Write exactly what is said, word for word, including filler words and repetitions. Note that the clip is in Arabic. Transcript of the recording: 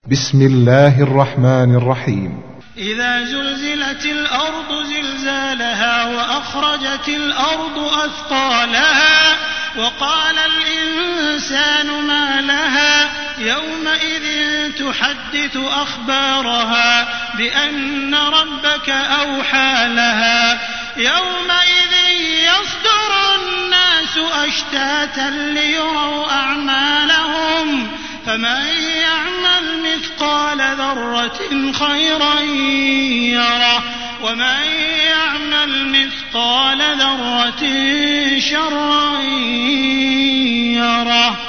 بسم الله الرحمن الرحيم. إذا زلزلت الأرض زلزالها وأخرجت الأرض أثقالها وقال الإنسان ما لها يومئذ تحدث أخبارها بأن ربك أوحى لها يومئذ يصدر الناس أشتاتا ليروا أعمالهم فمن يعمل مثقال ذرة خيرا يره ومن يعمل مثقال ذرة شرا يره.